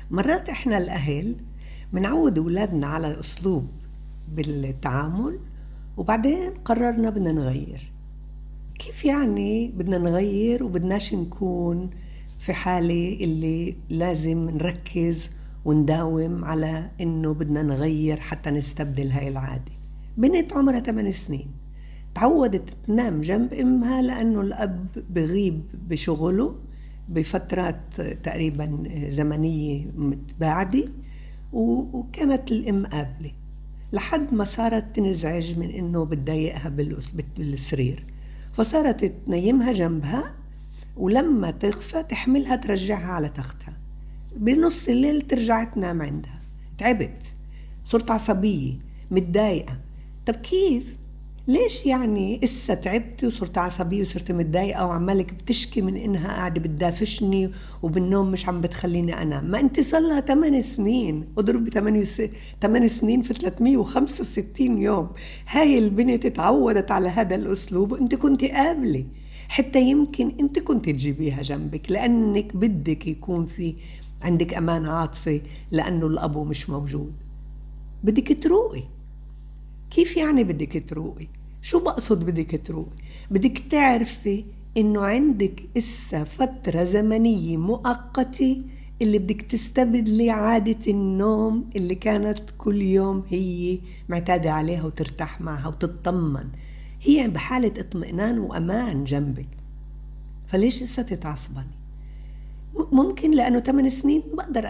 مرات إحنا الأهل منعود أولادنا على أسلوب بالتعامل، وبعدين قررنا بدنا نغير. كيف يعني بدنا نغير وبدناش نكون في حالة اللي لازم نركز ونداوم على إنه بدنا نغير حتى نستبدل هاي العادة؟ بنت عمرها 8 سنين تعودت تنام جنب إمها لأنه الأب بغيب بشغله بفترات تقريبا زمنية متباعدة، وكانت الأم قابلة لحد ما صارت تنزعج من إنه بتضايقها بالسرير، فصارت تنيمها جنبها، ولما تغفى تحملها ترجعها على تختها. بنص الليل ترجع تنام عندها. تعبت، صرت عصبية، متضايقة. طب كيف؟ ليش يعني إسا تعبت وصرت عصبية وصرت متضايقة وعمالك بتشكي من إنها قاعدة بتدافشني وبالنوم مش عم بتخليني أنام؟ ما أنت صلها 8 سنين، اضرب 8 سنين في 365 يوم. هاي البنت تعودت على هذا الأسلوب وأنت كنت قابلة، حتى يمكن أنت كنت تجيبيها جنبك لأنك بدك يكون في عندك أمان عاطفي لأنه الأبو مش موجود. بدك تروقي. كيف يعني بدك تروقي؟ شو بقصد بدك تروقي؟ بدك تعرفي إنه عندك إسا فترة زمنية مؤقتة اللي بدك تستبدلي عادة النوم اللي كانت كل يوم هي معتادة عليها وترتاح معها وتطمن. هي بحالة اطمئنان وأمان جنبك، فليش إسا تتعصبني؟ ممكن لأنه 8 سنين بقدر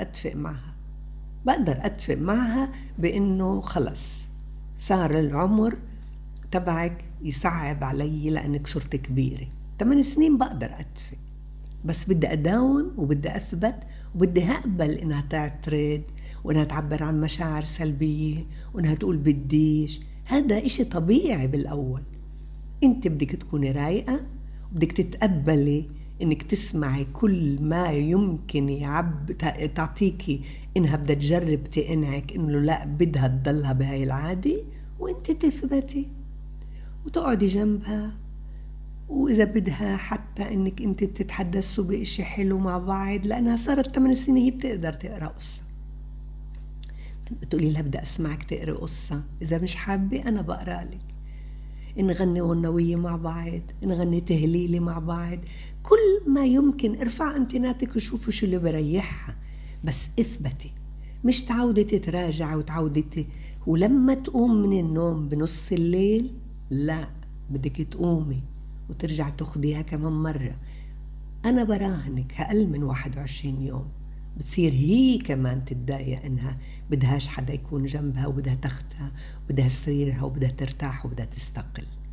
أتفق معها بأنه خلص صار العمر تبعك يصعب علي لأنك صرت كبيرة. 8 سنين بقدر أتفق، بس بدي أداوم وبدي أثبت وبدي أقبل إنها تعترض وإنها تعبر عن مشاعر سلبية وإنها تقول بديش. هذا إشي طبيعي بالأول. أنت بدك تكوني رايقة وبدك تتقبلي إنك تسمعي كل ما يمكن تعطيكي إنها بدها تجرب تقنعك إنه لا بدها تضلها بهاي العادة، وإنت تثبتي وتقعدي جنبها. وإذا بدها حتى إنك أنت تتحدثوا بإشي حلو مع بعض، لأنها صارت 8 سنين هي بتقدر تقرأ قصة. بتقولي لها بدي أسمعك تقرأ قصة، إذا مش حابة أنا بقرأ لك. نغني غنوية مع بعض، نغني تهليلي مع بعض، كل ما يمكن. ارفع انتناتك وشوفوا شو اللي بريحها، بس اثبتي. مش تعودي تتراجع وتعودي ولما تقوم من النوم بنص الليل لا، بدك تقومي وترجع تاخديها كمان مرة. أنا براهنك أقل من 21 يوم بتصير هي كمان تتضايق إنها بدهاش حدا يكون جنبها وبدها تختها وبدها سريرها وبدها ترتاح وبدها تستقل.